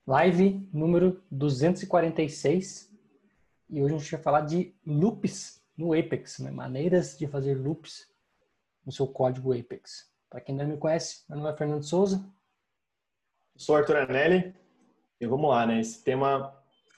Live número 246 e hoje a gente vai falar de loops no Apex, né? Maneiras de fazer loops no seu código Apex. Para quem não me conhece, meu nome é Fernando Souza. Eu sou Arthur Anelli e vamos lá, né? Esse tema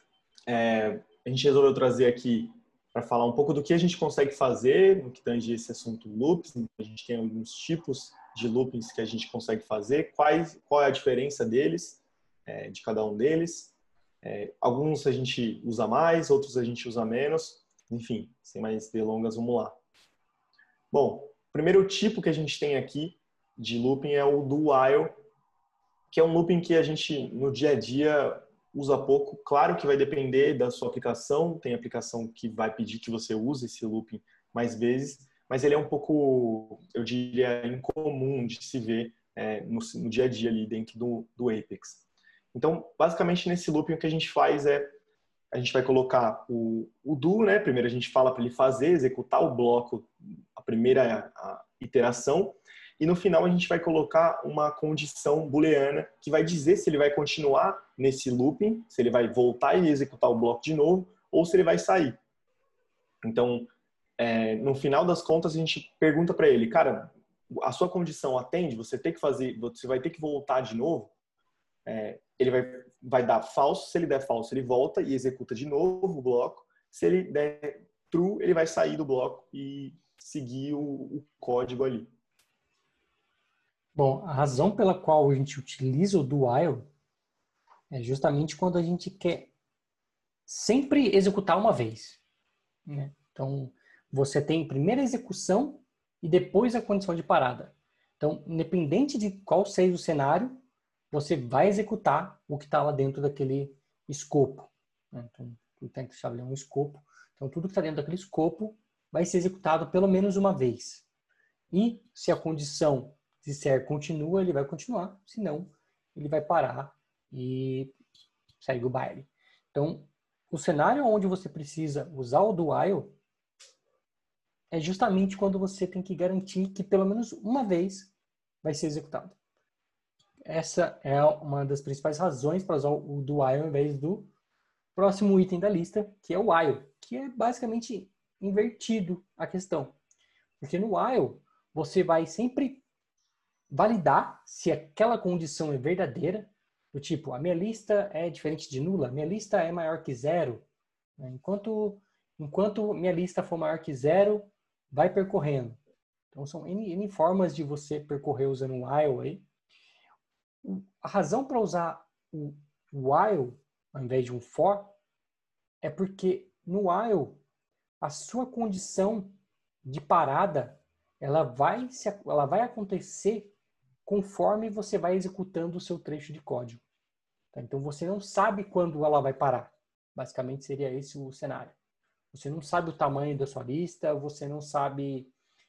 a gente resolveu trazer aqui para falar um pouco do que a gente consegue fazer no que tange esse assunto loops. A gente tem alguns tipos de loopings que a gente consegue fazer, qual é a diferença deles, de cada um deles. Alguns a gente usa mais, outros a gente usa menos. Enfim, sem mais delongas, vamos lá. Bom, o primeiro tipo que a gente tem aqui de looping é o do while, que é um looping que a gente no dia a dia usa pouco. Claro que vai depender da sua aplicação, tem aplicação que vai pedir que você use esse looping mais vezes, mas ele é um pouco, eu diria, incomum de se ver no dia a dia ali dentro do Apex. Então, basicamente nesse looping o que a gente faz é, a gente vai colocar o do, né? Primeiro a gente fala para ele fazer, executar o bloco, a primeira iteração, e no final a gente vai colocar uma condição booleana que vai dizer se ele vai continuar nesse looping, se ele vai voltar e executar o bloco de novo, ou se ele vai sair. Então, no final das contas, a gente pergunta para ele, cara, a sua condição atende? Você vai ter que voltar de novo? Ele vai dar falso. Se ele der falso, ele volta e executa de novo o bloco. Se ele der true, ele vai sair do bloco e seguir o código ali. Bom, a razão pela qual a gente utiliza o do while é justamente quando a gente quer sempre executar uma vez, né? Então, você tem primeiro a execução e depois a condição de parada. Então, independente de qual seja o cenário, você vai executar o que está lá dentro daquele escopo, né? Então, tudo tem que saber um escopo. Então, tudo que está dentro daquele escopo vai ser executado pelo menos uma vez. E se a condição disser continua, ele vai continuar. Se não, ele vai parar e segue o baile. Então, o cenário onde você precisa usar o do while é justamente quando você tem que garantir que pelo menos uma vez vai ser executado. Essa é uma das principais razões para usar o do while ao invés do próximo item da lista, que é o while, que é basicamente invertido a questão. Porque no while, você vai sempre validar se aquela condição é verdadeira, do tipo, a minha lista é diferente de nula, minha lista é maior que zero. Enquanto minha lista for maior que zero, vai percorrendo. Então, são N formas de você percorrer usando o while aí. A razão para usar o while ao invés de um for é porque no while a sua condição de parada ela vai acontecer conforme você vai executando o seu trecho de código. Tá? Então você não sabe quando ela vai parar. Basicamente seria esse o cenário. Você não sabe o tamanho da sua lista, você não sabe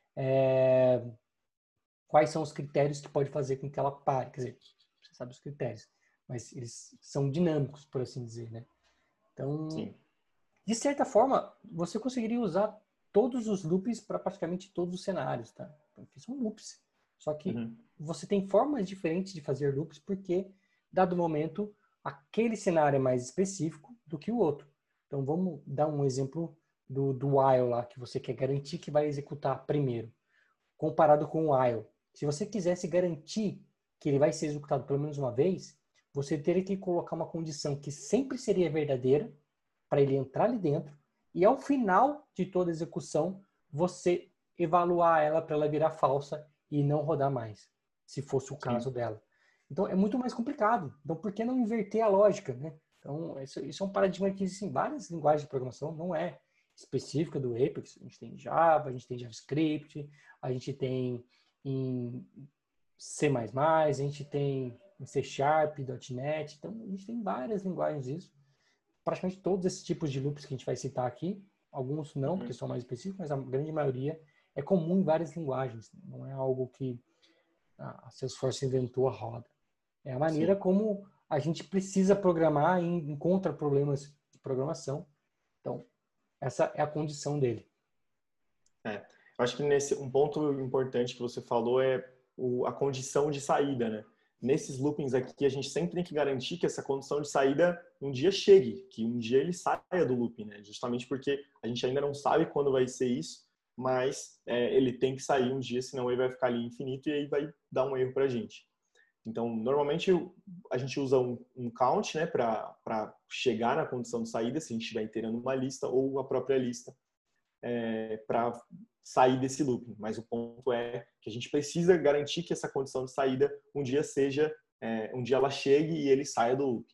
quais são os critérios que pode fazer com que ela pare. Quer dizer, você sabe os critérios, mas eles são dinâmicos, por assim dizer, né? Então, Sim. de certa forma, você conseguiria usar todos os loops para praticamente todos os cenários, tá? Porque são loops. Só que você tem formas diferentes de fazer loops porque, dado momento, aquele cenário é mais específico do que o outro. Então, vamos dar um exemplo do while lá, que você quer garantir que vai executar primeiro, comparado com o while. Se você quisesse garantir que ele vai ser executado pelo menos uma vez, você teria que colocar uma condição que sempre seria verdadeira para ele entrar ali dentro e ao final de toda a execução você evaluar ela para ela virar falsa e não rodar mais, se fosse o caso dela. Então é muito mais complicado. Então por que não inverter a lógica, né? Então isso é um paradigma que existe em várias linguagens de programação, não é específica do Apex. A gente tem Java, a gente tem JavaScript, a gente tem em C++, a gente tem em C Sharp, .NET, então a gente tem várias linguagens disso. Praticamente todos esses tipos de loops que a gente vai citar aqui, alguns não, porque são mais específicos, mas a grande maioria é comum em várias linguagens. Não é algo que a Salesforce inventou a roda. É a maneira como a gente precisa programar e encontra problemas de programação. Então, essa é a condição dele. Eu acho que um ponto importante que você falou é a condição de saída, né? nesses loopings aqui, a gente sempre tem que garantir que essa condição de saída um dia chegue, que um dia ele saia do looping, né? Justamente porque a gente ainda não sabe quando vai ser isso, mas ele tem que sair um dia, senão ele vai ficar ali infinito e aí vai dar um erro para a gente. Então, normalmente a gente usa um count, né, para chegar na condição de saída, se a gente estiver inteirando uma lista ou a própria lista, para sair desse looping. Mas o ponto é que a gente precisa garantir que essa condição de saída um dia ela chegue e ele saia do looping.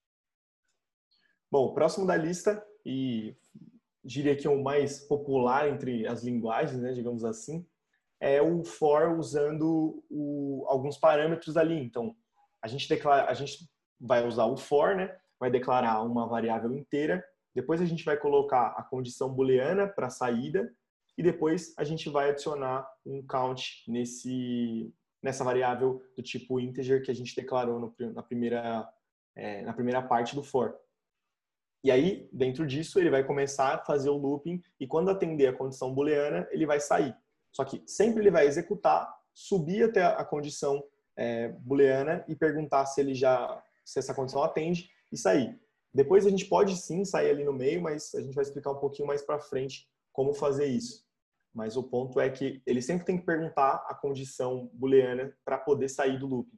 Bom, próximo da lista, e diria que é o mais popular entre as linguagens, né, digamos assim, é o for usando alguns parâmetros ali. Então, a gente vai usar o for, né? Vai declarar uma variável inteira, depois a gente vai colocar a condição booleana para a saída e depois a gente vai adicionar um count nessa variável do tipo integer que a gente declarou na primeira parte do for. E aí, dentro disso, ele vai começar a fazer o looping e quando atender a condição booleana, ele vai sair. Só que sempre ele vai executar, subir até a condição booleana e perguntar se essa condição atende e sair. Depois a gente pode sim sair ali no meio, mas a gente vai explicar um pouquinho mais para frente como fazer isso. Mas o ponto é que ele sempre tem que perguntar a condição booleana para poder sair do looping.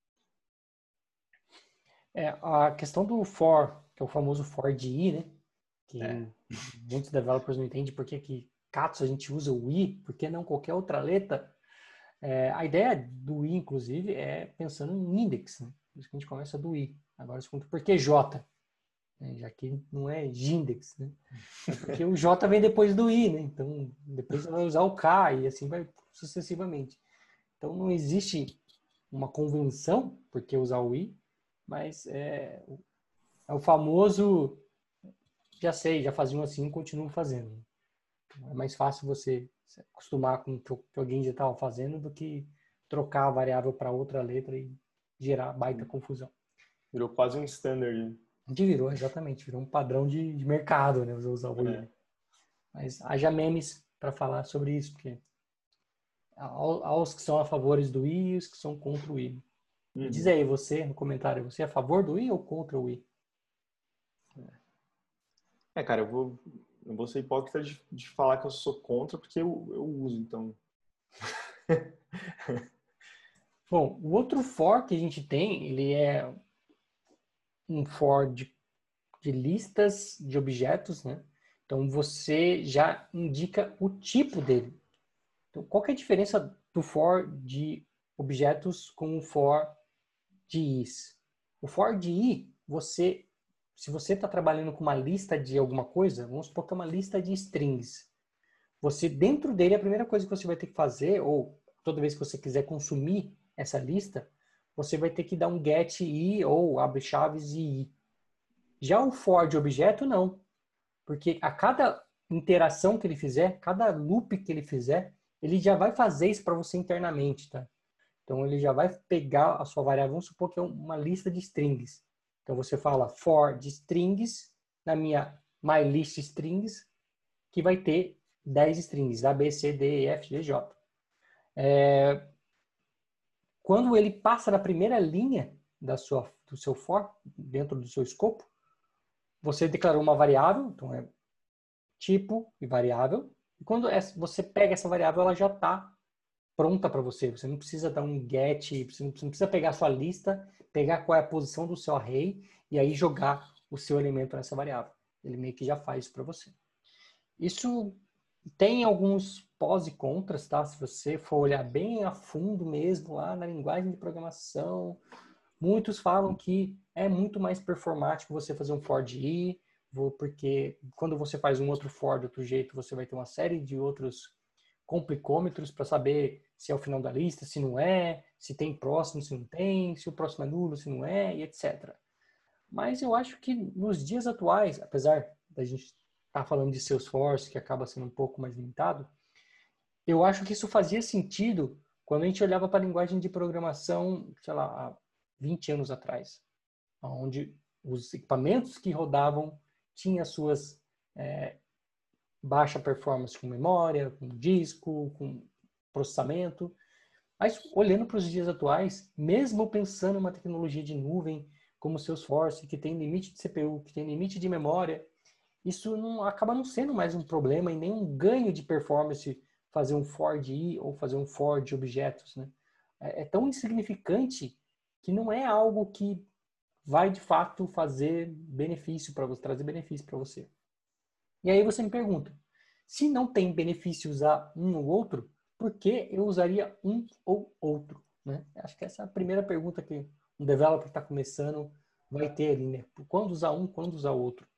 A questão do for, que é o famoso for de i, né? Que muitos developers não entendem por que Katsu a gente usa o i, por que não qualquer outra letra. A ideia do i, inclusive, é pensando em index, né? Por isso que a gente começa do i. Agora, por que j? Já que não é gindex, né? Porque o j vem depois do i, né? Então, depois você vai usar o k e assim vai sucessivamente. Então, não existe uma convenção por que usar o i, mas é o famoso já sei, já faziam assim, continuo fazendo. É mais fácil você se acostumar com o que alguém já estava fazendo do que trocar a variável para outra letra e gerar baita confusão. Virou quase um standard. Virou, exatamente. Virou um padrão de mercado, né? Usar o i. Mas haja memes para falar sobre isso, porque há os que são a favor do i e os que são contra o i. Diz aí você, no comentário, você é a favor do i ou contra o i? Cara, eu vou ser hipócrita de falar que eu sou contra, porque eu uso, então. Bom, o outro for que a gente tem, ele é um for de listas de objetos, né? Então, você já indica o tipo dele. Então, qual que é a diferença do for de objetos com o for de is? O for de i, se você está trabalhando com uma lista de alguma coisa, vamos supor que é uma lista de strings. Você, dentro dele, a primeira coisa que você vai ter que fazer, ou toda vez que você quiser consumir essa lista, você vai ter que dar um get i ou abre chaves e i. Já o for de objeto, não. Porque a cada interação que ele fizer, cada loop que ele fizer, ele já vai fazer isso para você internamente, tá? Então, ele já vai pegar a sua variável, vamos supor que é uma lista de strings. Então, você fala for de strings na minha mylist strings, que vai ter 10 strings, A, B, C, D, E, F, G, J. Quando ele passa na primeira linha do seu for, dentro do seu escopo, você declarou uma variável, então é tipo e variável, e quando você pega essa variável, ela já está pronta para você. Você não precisa dar um get, você não precisa pegar a sua lista, pegar qual é a posição do seu array e aí jogar o seu elemento nessa variável. Ele meio que já faz isso para você. Isso tem alguns pós e contras, tá? Se você for olhar bem a fundo mesmo lá na linguagem de programação, muitos falam que é muito mais performático você fazer um for de i, porque quando você faz um outro for de outro jeito, você vai ter uma série de outros complicômetros para saber se é o final da lista, se não é, se tem próximo, se não tem, se o próximo é nulo, se não é, e etc. Mas eu acho que nos dias atuais, apesar da gente estar falando de Salesforce, que acaba sendo um pouco mais limitado, eu acho que isso fazia sentido quando a gente olhava para a linguagem de programação, sei lá, há 20 anos atrás, onde os equipamentos que rodavam tinham suas baixa performance com memória, com disco, com processamento, Mas, olhando para os dias atuais, mesmo pensando em uma tecnologia de nuvem, como o Salesforce, que tem limite de CPU, que tem limite de memória, isso não acaba não sendo mais um problema e nem um ganho de performance fazer um for de i ou fazer um for de objetos, né? É tão insignificante que não é algo que vai de fato fazer benefício para você, trazer benefício para você. E aí você me pergunta, se não tem benefício usar um ou outro, por que eu usaria um ou outro? Né? Acho que essa é a primeira pergunta que um developer que está começando vai ter ali, né? Quando usar um, quando usar o outro?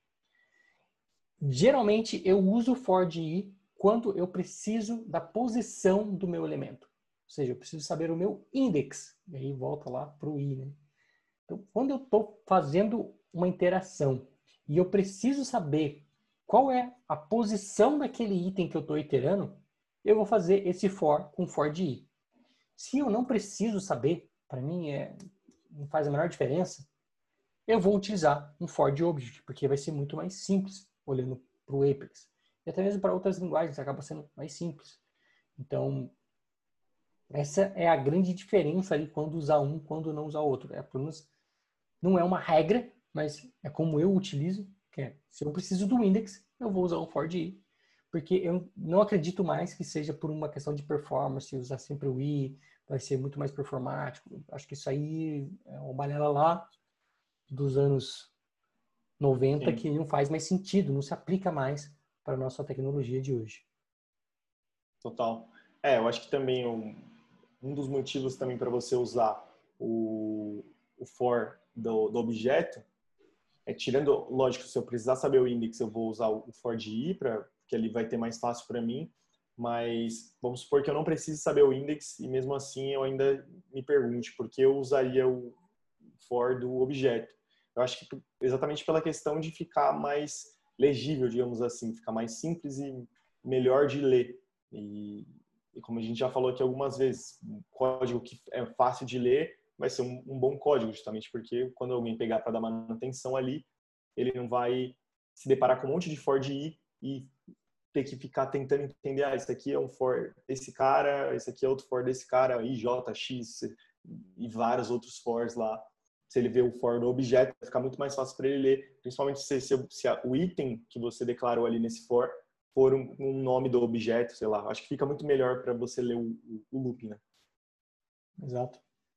Geralmente eu uso o for de i quando eu preciso da posição do meu elemento. Ou seja, eu preciso saber o meu index. E aí volta lá para o i, né? Então, quando eu estou fazendo uma interação e eu preciso saber qual é a posição daquele item que eu estou iterando, eu vou fazer esse for com for de i. Se eu não preciso saber, para mim não faz a menor diferença, eu vou utilizar um for de object, porque vai ser muito mais simples olhando para o Apex. E até mesmo para outras linguagens acaba sendo mais simples. Então, essa é a grande diferença ali quando usar um, quando não usar outro. Pelo menos não é uma regra, mas é como eu utilizo, que é, se eu preciso do index, eu vou usar um for de i, porque eu não acredito mais que seja por uma questão de performance, usar sempre o i, vai ser muito mais performático. Acho que isso aí é uma balela lá dos anos 90 que não faz mais sentido, não se aplica mais para a nossa tecnologia de hoje. Total. Eu acho que também um dos motivos também para você usar o for do objeto tirando, lógico, se eu precisar saber o index, eu vou usar o for de i, porque ele vai ter mais fácil para mim, mas vamos supor que eu não precise saber o index e mesmo assim eu ainda me pergunte por que eu usaria o for do objeto. Eu acho que exatamente pela questão de ficar mais legível, digamos assim, ficar mais simples e melhor de ler. E como a gente já falou aqui algumas vezes, um código que é fácil de ler vai ser um bom código, justamente porque quando alguém pegar para dar manutenção ali, ele não vai se deparar com um monte de for de i e ter que ficar tentando entender, esse aqui é um for desse cara, esse aqui é outro for desse cara, i, j, x e vários outros fors lá. Se ele vê o for do objeto, vai ficar muito mais fácil para ele ler, principalmente se o item que você declarou ali nesse for for um nome do objeto, sei lá. Acho que fica muito melhor para você ler o loop, né? Exato.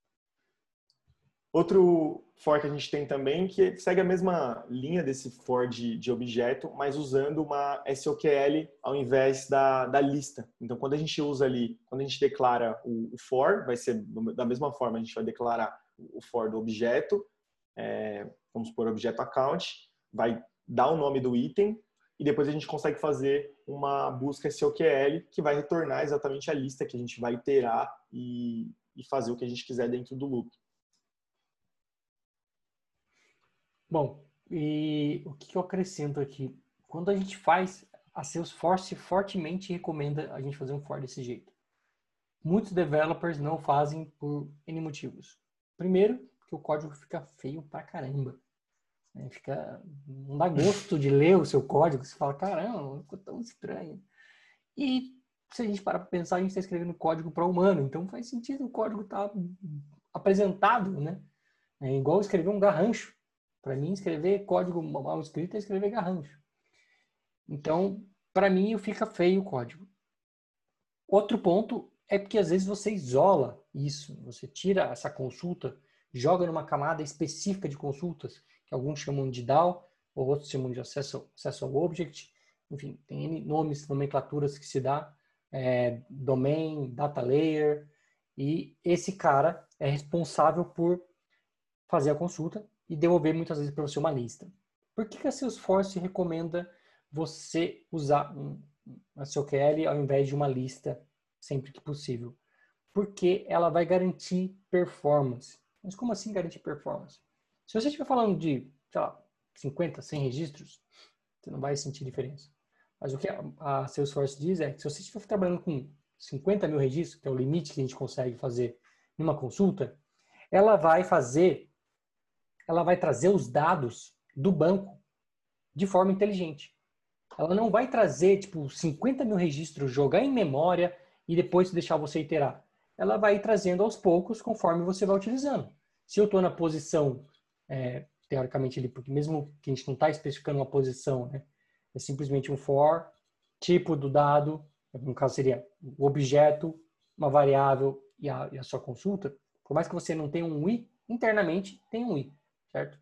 Outro for que a gente tem também, que segue a mesma linha desse for de objeto, mas usando uma SOQL ao invés da lista. Então, quando a gente usa ali, quando a gente declara o for, vai ser da mesma forma, a gente vai declarar o for do objeto, vamos por objeto account, vai dar o nome do item, e depois a gente consegue fazer uma busca SOQL que vai retornar exatamente a lista que a gente vai iterar e fazer o que a gente quiser dentro do loop. Bom, e o que eu acrescento aqui? Quando a gente faz, a Salesforce fortemente recomenda a gente fazer um for desse jeito. Muitos developers não fazem por N motivos. Primeiro, porque o código fica feio pra caramba. Não dá gosto de ler o seu código. Você fala, caramba, ficou tão estranho. E se a gente parar para pensar, a gente está escrevendo código para humano. Então faz sentido o código estar apresentado, né? É igual escrever um garrancho. Para mim, escrever código mal escrito é escrever garrancho. Então, para mim, fica feio o código. Outro ponto é porque às vezes você isola isso. Você tira essa consulta, joga numa camada específica de consultas, que alguns chamam de DAO, ou outros chamam de acesso ao object. Enfim, tem N nomes, nomenclaturas que se dá. Domain, data layer. E esse cara é responsável por fazer a consulta e devolver muitas vezes para você uma lista. Por que a Salesforce recomenda você usar a SOQL ao invés de uma lista sempre que possível? Porque ela vai garantir performance. Mas como assim garantir performance? Se você estiver falando de, sei lá, 50, 100 registros, você não vai sentir diferença. Mas o que a Salesforce diz é que se você estiver trabalhando com 50 mil registros, que é o limite que a gente consegue fazer numa consulta, ela vai trazer os dados do banco de forma inteligente. Ela não vai trazer, 50 mil registros, jogar em memória e depois deixar você iterar. ela vai trazendo aos poucos conforme você vai utilizando. Se eu estou na posição, teoricamente, ali, porque mesmo que a gente não está especificando uma posição, né, é simplesmente um for, tipo do dado, no caso seria o objeto, uma variável e a sua consulta, por mais que você não tenha um i, internamente tem um i, certo?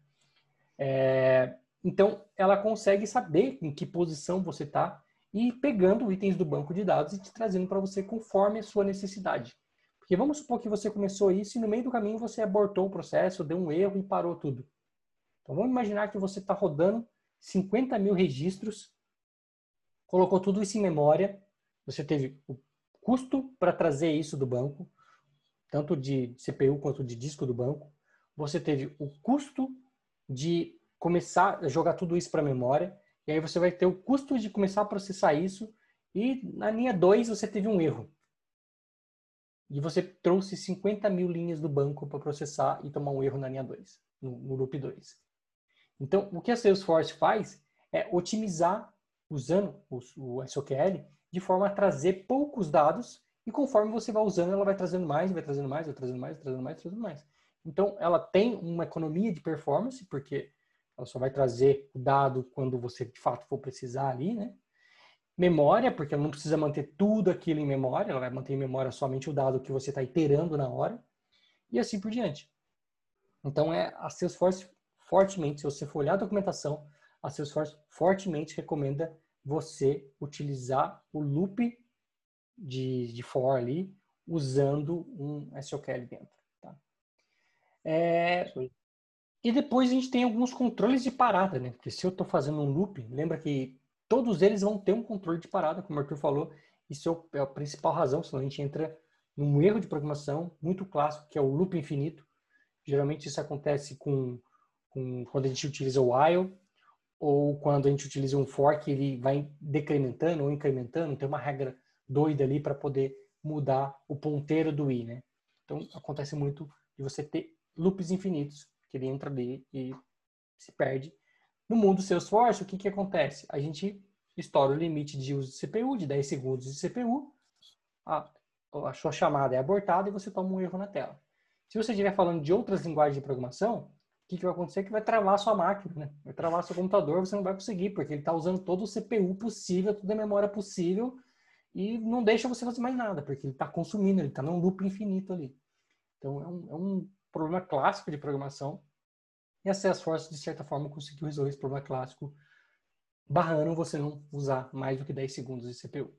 Então, ela consegue saber em que posição você está e pegando itens do banco de dados e te trazendo para você conforme a sua necessidade. Porque vamos supor que você começou isso e no meio do caminho você abortou o processo, deu um erro e parou tudo. Então, vamos imaginar que você está rodando 50 mil registros, colocou tudo isso em memória, você teve o custo para trazer isso do banco, tanto de CPU quanto de disco do banco, você teve o custo de começar a jogar tudo isso para a memória, e aí você vai ter o custo de começar a processar isso, e na linha 2 você teve um erro. E você trouxe 50 mil linhas do banco para processar e tomar um erro na linha 2, no loop 2. Então, o que a Salesforce faz é otimizar usando o SOQL de forma a trazer poucos dados e conforme você vai usando, ela vai trazendo mais, vai trazendo mais, vai trazendo mais, vai trazendo mais, vai trazendo mais. Então, ela tem uma economia de performance, porque ela só vai trazer o dado quando você, de fato, for precisar ali, né? Memória, porque ela não precisa manter tudo aquilo em memória, ela vai manter em memória somente o dado que você está iterando na hora, e assim por diante. Então, a Salesforce fortemente, se você for olhar a documentação, a Salesforce fortemente recomenda você utilizar o loop de for ali, usando um SOQL dentro. Tá? E depois a gente tem alguns controles de parada, né? Porque se eu estou fazendo um loop, lembra que todos eles vão ter um controle de parada, como o Arthur falou, isso é a principal razão, senão a gente entra num erro de programação muito clássico, que é o loop infinito. Geralmente isso acontece quando a gente utiliza o while, ou quando a gente utiliza um for, que ele vai decrementando ou incrementando, tem uma regra doida ali para poder mudar o ponteiro do i, né? Então acontece muito de você ter loops infinitos, que ele entra ali e se perde. No mundo Salesforce, o que acontece? A gente estoura o limite de uso de CPU, de 10 segundos de CPU, a sua chamada é abortada e você toma um erro na tela. Se você estiver falando de outras linguagens de programação, o que vai acontecer? Que vai travar a sua máquina, né? Vai travar seu computador, você não vai conseguir, porque ele está usando todo o CPU possível, toda a memória possível, e não deixa você fazer mais nada, porque ele está consumindo, ele está num loop infinito ali. Então, é um problema clássico de programação, e a Salesforce, de certa forma, conseguiu resolver esse problema clássico, barrando você não usar mais do que 10 segundos de CPU.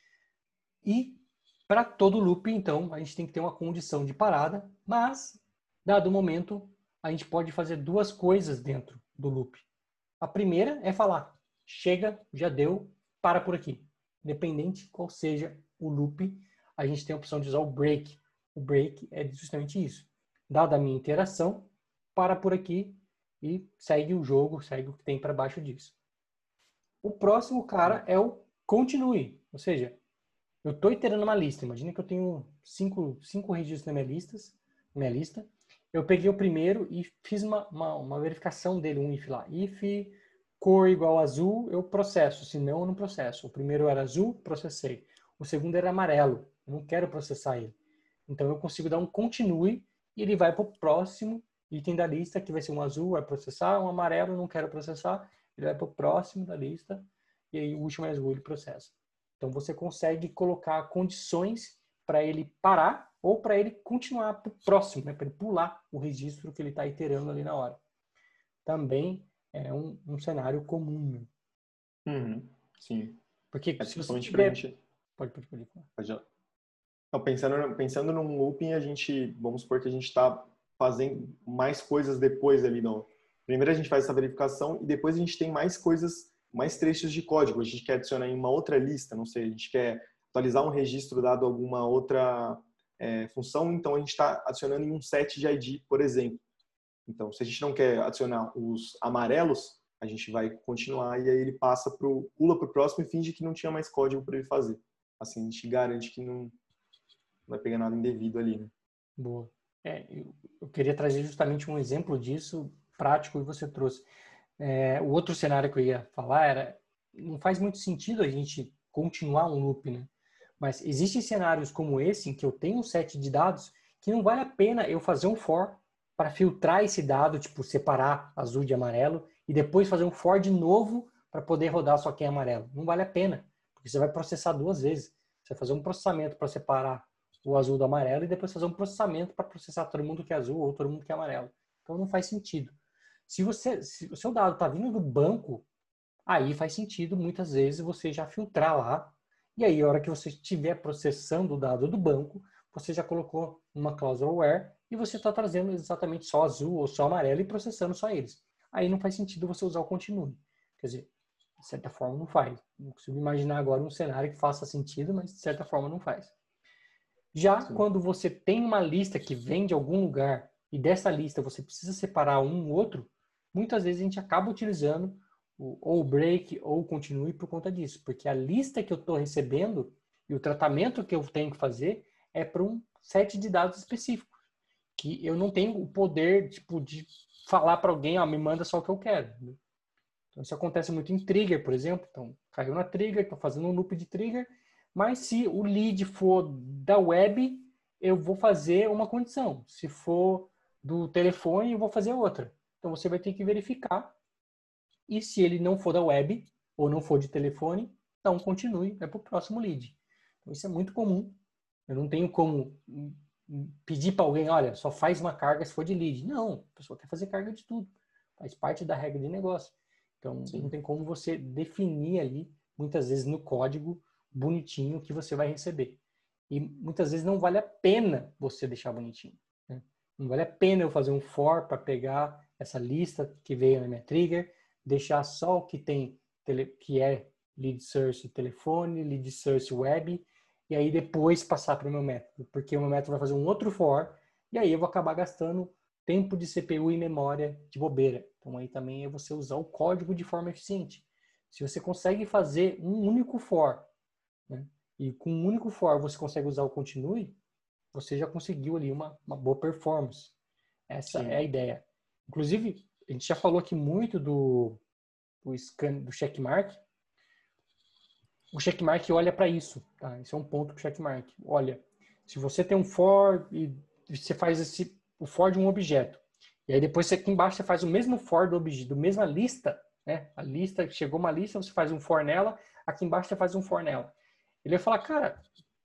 E para todo loop, então, a gente tem que ter uma condição de parada, mas, dado o momento, a gente pode fazer duas coisas dentro do loop. A primeira é falar, chega, já deu, para por aqui. Independente qual seja o loop, a gente tem a opção de usar o break. O break é justamente isso. Dada a minha interação, para por aqui e segue o jogo, segue o que tem para baixo disso. O próximo cara é o continue, ou seja, eu estou iterando uma lista. Imagina que eu tenho cinco registros na minha lista. Eu peguei o primeiro e fiz uma verificação dele, um if lá. If cor igual azul, eu processo. Se não, eu não processo. O primeiro era azul, processei. O segundo era amarelo. Eu não quero processar ele. Então, eu consigo dar um continue e ele vai para o próximo item da lista, que vai ser um azul, vai processar. Um amarelo, eu não quero processar. Ele vai para o próximo da lista. E aí, o último é azul, ele processa. Então, você consegue colocar condições para ele parar ou para ele continuar para o próximo, né? Para ele pular o registro que ele está iterando ali na hora. Também é um cenário comum. Né? Uhum, sim. Porque se você principalmente tiver... pra gente... Pode. Não, pensando num looping, vamos supor que a gente está fazendo mais coisas depois ali. Não. Primeiro a gente faz essa verificação e depois a gente tem mais coisas, mais trechos de código. A gente quer adicionar em uma outra lista, não sei, a gente quer atualizar um registro dado alguma outra função, então a gente está adicionando em um set de ID, por exemplo. Então, se a gente não quer adicionar os amarelos, a gente vai continuar e aí ele pula para o próximo e finge que não tinha mais código para ele fazer. Assim, a gente garante que não vai pegar nada indevido ali, né? Boa. Eu queria trazer justamente um exemplo disso prático que você trouxe. O outro cenário que eu ia falar não faz muito sentido a gente continuar um loop, né? Mas existem cenários como esse, em que eu tenho um set de dados, que não vale a pena eu fazer um for para filtrar esse dado, tipo, separar azul de amarelo, e depois fazer um for de novo para poder rodar só quem é amarelo. Não vale a pena, porque você vai processar duas vezes. Você vai fazer um processamento para separar o azul do amarelo e depois fazer um processamento para processar todo mundo que é azul ou todo mundo que é amarelo. Então não faz sentido. Se o seu dado está vindo do banco, aí faz sentido muitas vezes você já filtrar lá, e aí a hora que você estiver processando o dado do banco, você já colocou uma cláusula where e você está trazendo exatamente só azul ou só amarelo e processando só eles. Aí não faz sentido você usar o continue. Quer dizer, de certa forma não faz. Não consigo imaginar agora um cenário que faça sentido, mas de certa forma não faz. Já Sim. quando você tem uma lista que vem de algum lugar e dessa lista você precisa separar um outro, muitas vezes a gente acaba utilizando ou break ou continue por conta disso, porque a lista que eu estou recebendo e o tratamento que eu tenho que fazer é para um set de dados específico, que eu não tenho o poder tipo, de falar para alguém, me manda só o que eu quero. Então isso acontece muito em trigger, por exemplo. Então caiu na trigger, estou fazendo um loop de trigger, mas se o lead for da web, eu vou fazer uma condição. Se for do telefone, eu vou fazer outra. Então você vai ter que verificar. E se ele não for da web ou não for de telefone, então continue, vai para o próximo lead. Então isso é muito comum. Eu não tenho como pedir para alguém, olha, só faz uma carga se for de lead. Não, a pessoa quer fazer carga de tudo. Faz parte da regra de negócio. Então não tem como você definir ali, muitas vezes no código, bonitinho o que você vai receber. E muitas vezes não vale a pena você deixar bonitinho. Né? Não vale a pena eu fazer um for para pegar essa lista que veio na minha trigger, deixar só o que tem, que é lead source telefone, lead source web, e aí depois passar para o meu método, porque o meu método vai fazer um outro for, e aí eu vou acabar gastando tempo de CPU e memória de bobeira. Então aí também é você usar o código de forma eficiente. Se você consegue fazer um único for, né, e com um único for você consegue usar o continue, você já conseguiu ali uma boa performance. Essa Sim. é a ideia. Inclusive, a gente já falou aqui muito do scan, do checkmark. O checkmark olha para isso, tá? Esse é um ponto que o checkmark olha. Se você tem um for e você faz o for de um objeto, e aí depois você, aqui embaixo você faz o mesmo for do objeto, do mesma lista, né? A lista, chegou uma lista, você faz um for nela, aqui embaixo você faz um for nela. Ele vai falar, cara,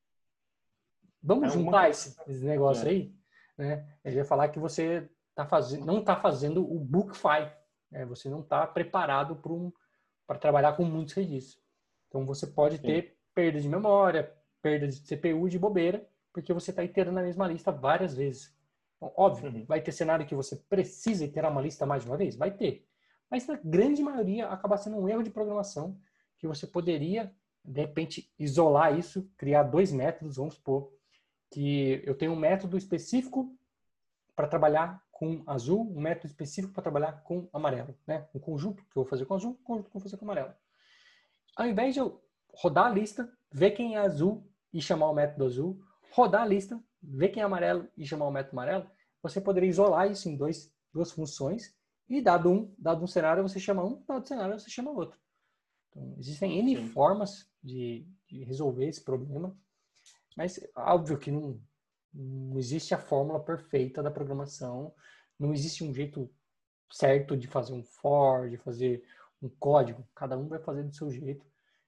vamos juntar esse negócio aí, né? Ele vai falar que você não está fazendo o bookfy, né? Você não está preparado para trabalhar com muitos registros. Então você pode ter perda de memória, perda de CPU de bobeira, porque você está iterando a mesma lista várias vezes. Então, óbvio, vai ter cenário que você precisa iterar uma lista mais de uma vez? Vai ter. Mas na grande maioria acaba sendo um erro de programação que você poderia, de repente, isolar isso, criar dois métodos, vamos supor, que eu tenho um método específico para trabalhar com azul, um método específico para trabalhar com amarelo, né? Um conjunto que eu vou fazer com azul, um conjunto que eu vou fazer com amarelo. Ao invés de eu rodar a lista, ver quem é azul e chamar o método azul, rodar a lista, ver quem é amarelo e chamar o método amarelo, você poderia isolar isso em duas funções e dado um cenário você chama um, dado cenário você chama outro. Então, existem N formas de resolver esse problema, mas óbvio que não existe a fórmula perfeita da programação, não existe um jeito certo de fazer um for, de fazer um código, cada um vai fazer do seu jeito.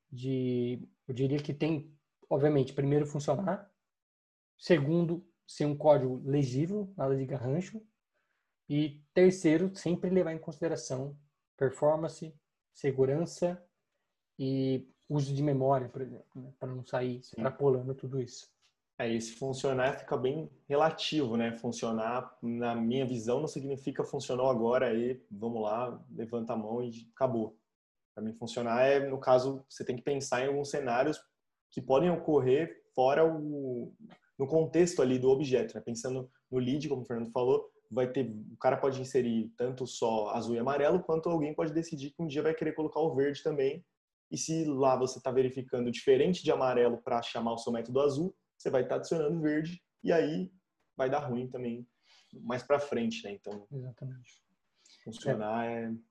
Eu diria que tem, obviamente, primeiro funcionar, segundo, ser um código legível, nada de garrancho, e terceiro, sempre levar em consideração performance, segurança e uso de memória, por exemplo, né? Para não sair extrapolando tudo isso. Esse funcionar fica bem relativo, né? Funcionar, na minha visão, não significa funcionou agora, aí vamos lá, levanta a mão e acabou. Para mim, funcionar no caso, você tem que pensar em alguns cenários que podem ocorrer fora no contexto ali do objeto, né? Pensando no lead, como o Fernando falou, o cara pode inserir tanto só azul e amarelo, quanto alguém pode decidir que um dia vai querer colocar o verde também. E se lá você está verificando diferente de amarelo para chamar o seu método azul, você vai estar adicionando verde e aí vai dar ruim também mais para frente, né? Então, exatamente. funcionar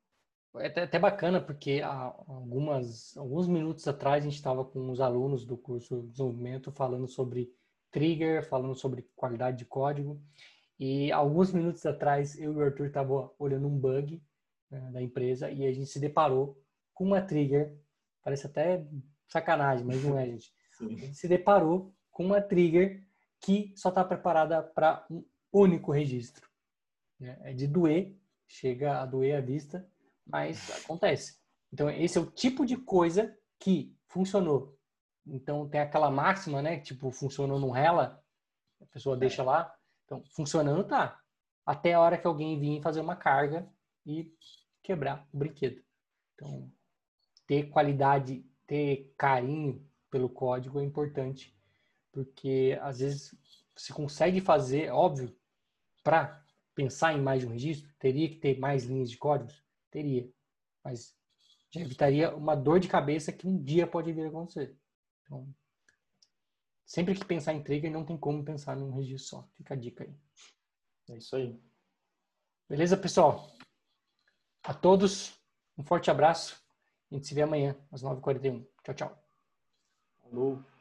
É até bacana, porque há alguns minutos atrás a gente estava com os alunos do curso de desenvolvimento falando sobre trigger, falando sobre qualidade de código. E alguns minutos atrás eu e o Arthur estavam olhando um bug, né, da empresa e a gente se deparou com uma trigger. Parece até sacanagem, mas não é, gente. A gente se deparou com uma trigger que só está preparada para um único registro, né? É de doer, chega a doer a vista, mas acontece. Então, esse é o tipo de coisa que funcionou. Então, tem aquela máxima, né? Tipo, funcionou no rela, a pessoa deixa lá. Então, funcionando tá. Até a hora que alguém vir fazer uma carga e quebrar o brinquedo. Então, ter qualidade, ter carinho pelo código é importante, porque às vezes você consegue fazer, óbvio, para pensar em mais de um registro, teria que ter mais linhas de códigos? Teria. Mas já evitaria uma dor de cabeça que um dia pode vir a acontecer. Então, sempre que pensar em trigger, não tem como pensar num registro só. Fica a dica aí. É isso aí. Beleza, pessoal? A todos, um forte abraço. A gente se vê amanhã, às 9h41. Tchau, tchau. Falou.